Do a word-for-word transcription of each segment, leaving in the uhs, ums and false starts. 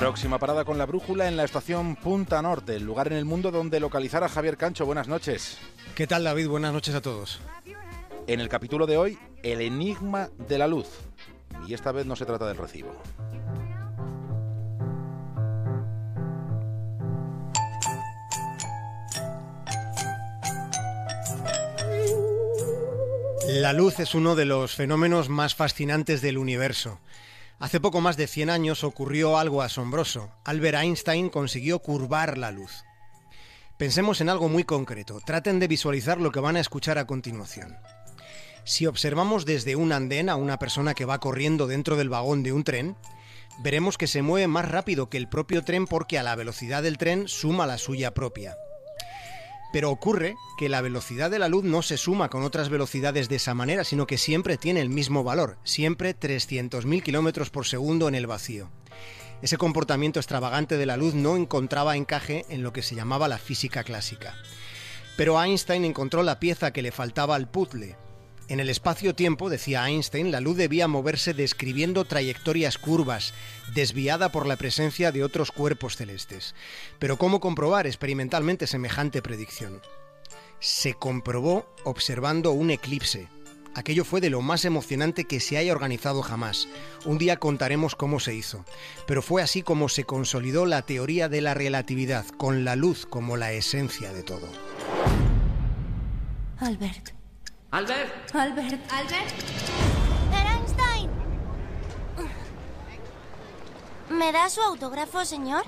Próxima parada con la brújula en la estación Punta Norte, el lugar en el mundo donde localizar a Javier Cancho. Buenas noches. ¿Qué tal, David? Buenas noches a todos. En el capítulo de hoy, el enigma de la luz. Y esta vez no se trata del recibo. La luz es uno de los fenómenos más fascinantes del universo. Hace poco más de cien años ocurrió algo asombroso. Albert Einstein consiguió curvar la luz. Pensemos en algo muy concreto. Traten de visualizar lo que van a escuchar a continuación. Si observamos desde un andén a una persona que va corriendo dentro del vagón de un tren, veremos que se mueve más rápido que el propio tren porque a la velocidad del tren suma la suya propia. Pero ocurre que la velocidad de la luz no se suma con otras velocidades de esa manera, sino que siempre tiene el mismo valor, siempre trescientos mil kilómetros por segundo en el vacío. Ese comportamiento extravagante de la luz no encontraba encaje en lo que se llamaba la física clásica. Pero Einstein encontró la pieza que le faltaba al puzzle. En el espacio-tiempo, decía Einstein, la luz debía moverse describiendo trayectorias curvas, desviada por la presencia de otros cuerpos celestes. Pero ¿cómo comprobar experimentalmente semejante predicción? Se comprobó observando un eclipse. Aquello fue de lo más emocionante que se haya organizado jamás. Un día contaremos cómo se hizo. Pero fue así como se consolidó la teoría de la relatividad, con la luz como la esencia de todo. Albert. Albert. Albert. Albert. Einstein. ¿Me da su autógrafo, señor?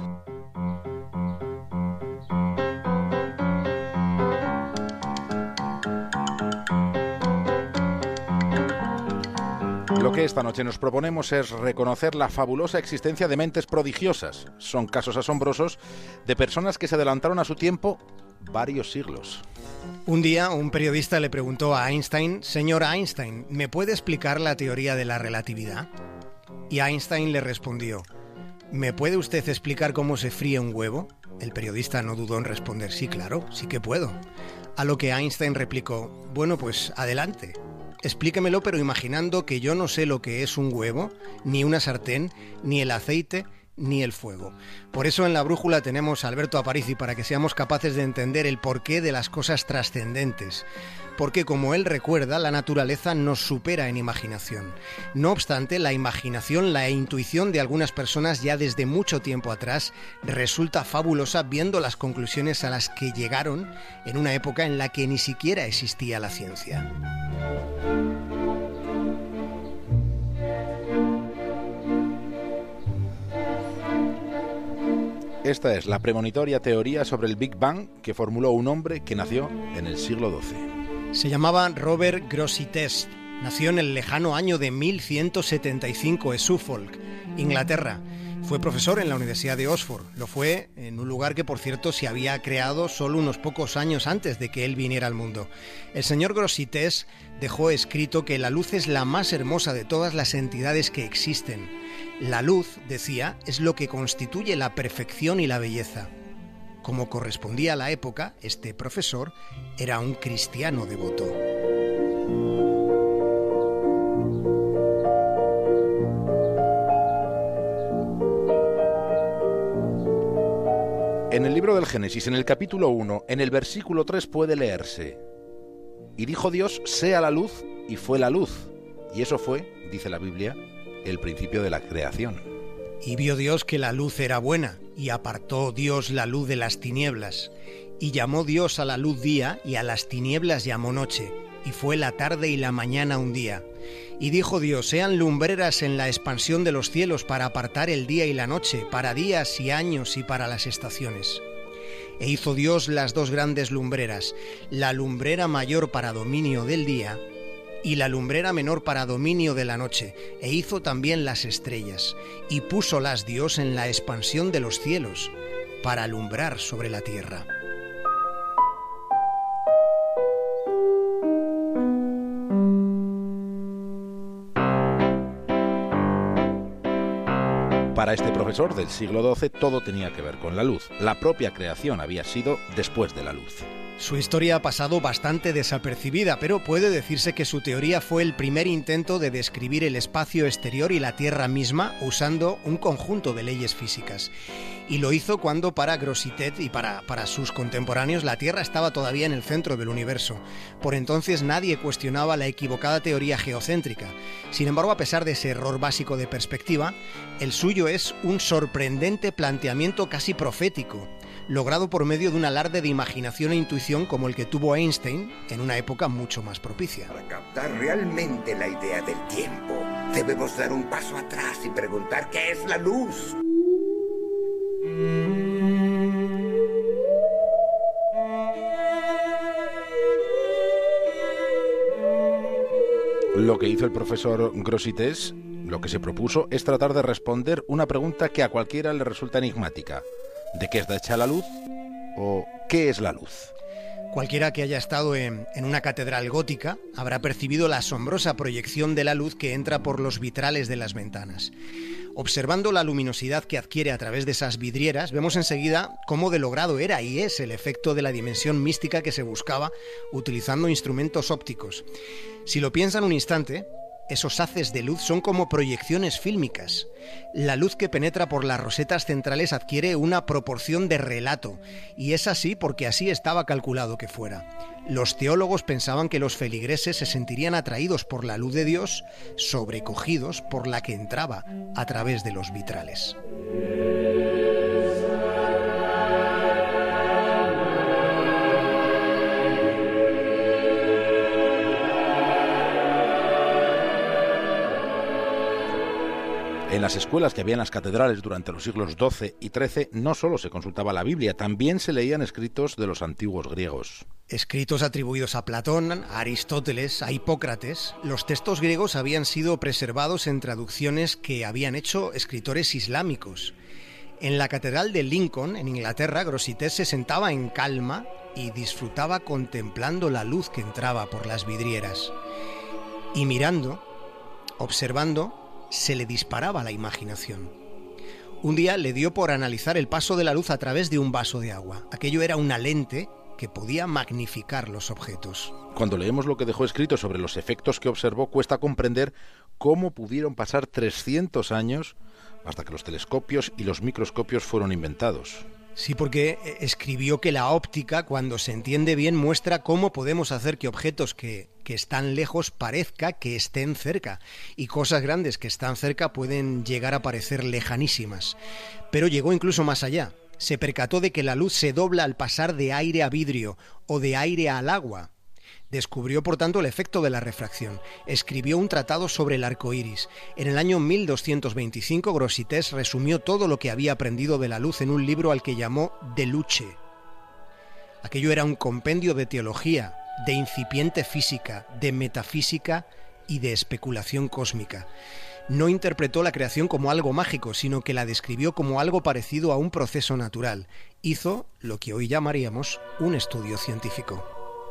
Lo que esta noche nos proponemos es reconocer la fabulosa existencia de mentes prodigiosas. Son casos asombrosos de personas que se adelantaron a su tiempo varios siglos. Un día, un periodista le preguntó a Einstein: «Señor Einstein, ¿me puede explicar la teoría de la relatividad?» Y Einstein le respondió: «¿Me puede usted explicar cómo se fríe un huevo?» El periodista no dudó en responder: «Sí, claro, sí que puedo». A lo que Einstein replicó: «Bueno, pues adelante. Explíquemelo, pero imaginando que yo no sé lo que es un huevo, ni una sartén, ni el aceite, ni el fuego». Por eso en la brújula tenemos a Alberto Aparici, para que seamos capaces de entender el porqué de las cosas trascendentes. Porque, como él recuerda, la naturaleza nos supera en imaginación. No obstante, la imaginación, la intuición de algunas personas ya desde mucho tiempo atrás resulta fabulosa, viendo las conclusiones a las que llegaron en una época en la que ni siquiera existía la ciencia. Esta es la premonitoria teoría sobre el Big Bang que formuló un hombre que nació en el siglo doce. Se llamaba Robert Grosseteste. Nació en el lejano año de mil ciento setenta y cinco en Suffolk, Inglaterra. Fue profesor en la Universidad de Oxford. Lo fue en un lugar que, por cierto, se había creado solo unos pocos años antes de que él viniera al mundo. El señor Grosseteste dejó escrito que la luz es la más hermosa de todas las entidades que existen. La luz, decía, es lo que constituye la perfección y la belleza. Como correspondía a la época, este profesor era un cristiano devoto. En el libro del Génesis, en el capítulo uno, en el versículo tres puede leerse: «Y dijo Dios, sea la luz, y fue la luz». Y eso fue, dice la Biblia, el principio de la creación. Y vio Dios que la luz era buena, y apartó Dios la luz de las tinieblas. Y llamó Dios a la luz día, y a las tinieblas llamó noche. Y fue la tarde y la mañana un día. Y dijo Dios: sean lumbreras en la expansión de los cielos para apartar el día y la noche, para días y años y para las estaciones. E hizo Dios las dos grandes lumbreras, la lumbrera mayor para dominio del día y la lumbrera menor para dominio de la noche, e hizo también las estrellas, y púsolas Dios en la expansión de los cielos, para alumbrar sobre la tierra. Para este profesor del siglo doce todo tenía que ver con la luz. La propia creación había sido después de la luz. Su historia ha pasado bastante desapercibida, pero puede decirse que su teoría fue el primer intento de describir el espacio exterior y la Tierra misma usando un conjunto de leyes físicas. Y lo hizo cuando para Grosseteste y para, para sus contemporáneos la Tierra estaba todavía en el centro del universo. Por entonces nadie cuestionaba la equivocada teoría geocéntrica. Sin embargo, a pesar de ese error básico de perspectiva, el suyo es un sorprendente planteamiento casi profético, logrado por medio de un alarde de imaginación e intuición como el que tuvo Einstein en una época mucho más propicia. Para captar realmente la idea del tiempo, debemos dar un paso atrás y preguntar qué es la luz. Lo que hizo el profesor Grosseteste, lo que se propuso, es tratar de responder una pregunta que a cualquiera le resulta enigmática. ¿De qué está hecha la luz? ¿O qué es la luz? Cualquiera que haya estado en, en una catedral gótica habrá percibido la asombrosa proyección de la luz que entra por los vitrales de las ventanas. Observando la luminosidad que adquiere a través de esas vidrieras, vemos enseguida cómo de logrado era y es el efecto de la dimensión mística que se buscaba utilizando instrumentos ópticos. Si lo piensan un instante, esos haces de luz son como proyecciones fílmicas. La luz que penetra por las rosetas centrales adquiere una proporción de relato, y es así porque así estaba calculado que fuera. Los teólogos pensaban que los feligreses se sentirían atraídos por la luz de Dios, sobrecogidos por la que entraba a través de los vitrales. En las escuelas que había en las catedrales durante los siglos doce y trece no solo se consultaba la Biblia, también se leían escritos de los antiguos griegos. Escritos atribuidos a Platón, a Aristóteles, a Hipócrates, los textos griegos habían sido preservados en traducciones que habían hecho escritores islámicos. En la catedral de Lincoln, en Inglaterra, Grosseteste se sentaba en calma y disfrutaba contemplando la luz que entraba por las vidrieras. Y mirando, observando, se le disparaba la imaginación. Un día le dio por analizar el paso de la luz a través de un vaso de agua. Aquello era una lente que podía magnificar los objetos. Cuando leemos lo que dejó escrito sobre los efectos que observó, cuesta comprender cómo pudieron pasar trescientos años hasta que los telescopios y los microscopios fueron inventados. Sí, porque escribió que la óptica, cuando se entiende bien, muestra cómo podemos hacer que objetos que, que están lejos parezca que estén cerca, y cosas grandes que están cerca pueden llegar a parecer lejanísimas. Pero llegó incluso más allá. Se percató de que la luz se dobla al pasar de aire a vidrio o de aire al agua. Descubrió, por tanto, el efecto de la refracción. Escribió un tratado sobre el arco iris. En el año mil doscientos veinticinco, Grosseteste resumió todo lo que había aprendido de la luz en un libro al que llamó De Luce. Aquello era un compendio de teología, de incipiente física, de metafísica y de especulación cósmica. No interpretó la creación como algo mágico, sino que la describió como algo parecido a un proceso natural. Hizo lo que hoy llamaríamos un estudio científico.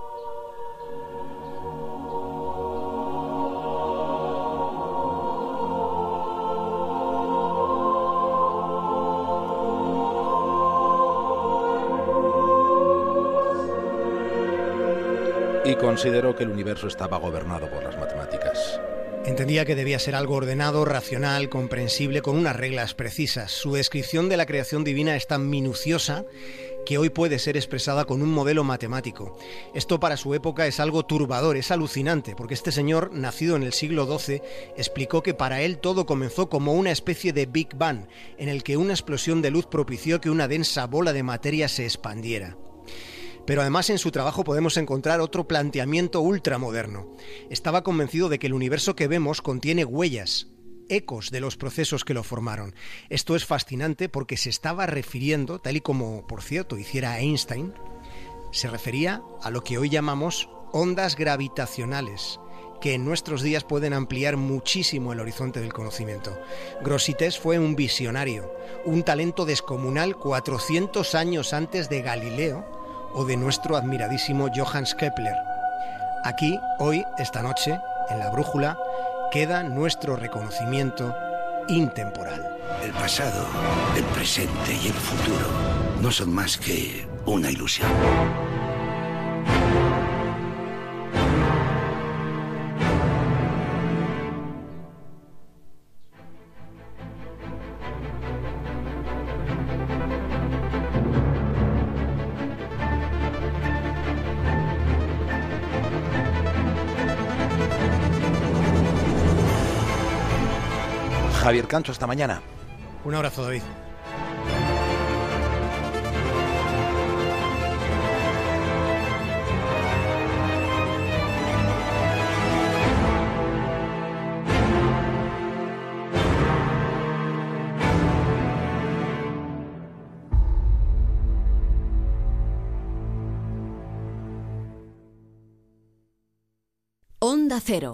Y consideró que el universo estaba gobernado por las matemáticas. Entendía que debía ser algo ordenado, racional, comprensible, con unas reglas precisas. Su descripción de la creación divina es tan minuciosa que hoy puede ser expresada con un modelo matemático. Esto para su época es algo turbador, es alucinante, porque este señor, nacido en el siglo doce, explicó que para él todo comenzó como una especie de Big Bang, en el que una explosión de luz propició que una densa bola de materia se expandiera. Pero además en su trabajo podemos encontrar otro planteamiento ultramoderno. Estaba convencido de que el universo que vemos contiene huellas, ecos de los procesos que lo formaron. Esto es fascinante porque se estaba refiriendo, tal y como, por cierto, hiciera Einstein, se refería a lo que hoy llamamos ondas gravitacionales, que en nuestros días pueden ampliar muchísimo el horizonte del conocimiento. Grosseteste fue un visionario, un talento descomunal cuatrocientos años antes de Galileo o de nuestro admiradísimo Johannes Kepler. Aquí, hoy, esta noche, en La Brújula, queda nuestro reconocimiento intemporal. El pasado, el presente y el futuro no son más que una ilusión. Javier Cancho, hasta mañana. Un abrazo, David. Onda Cero.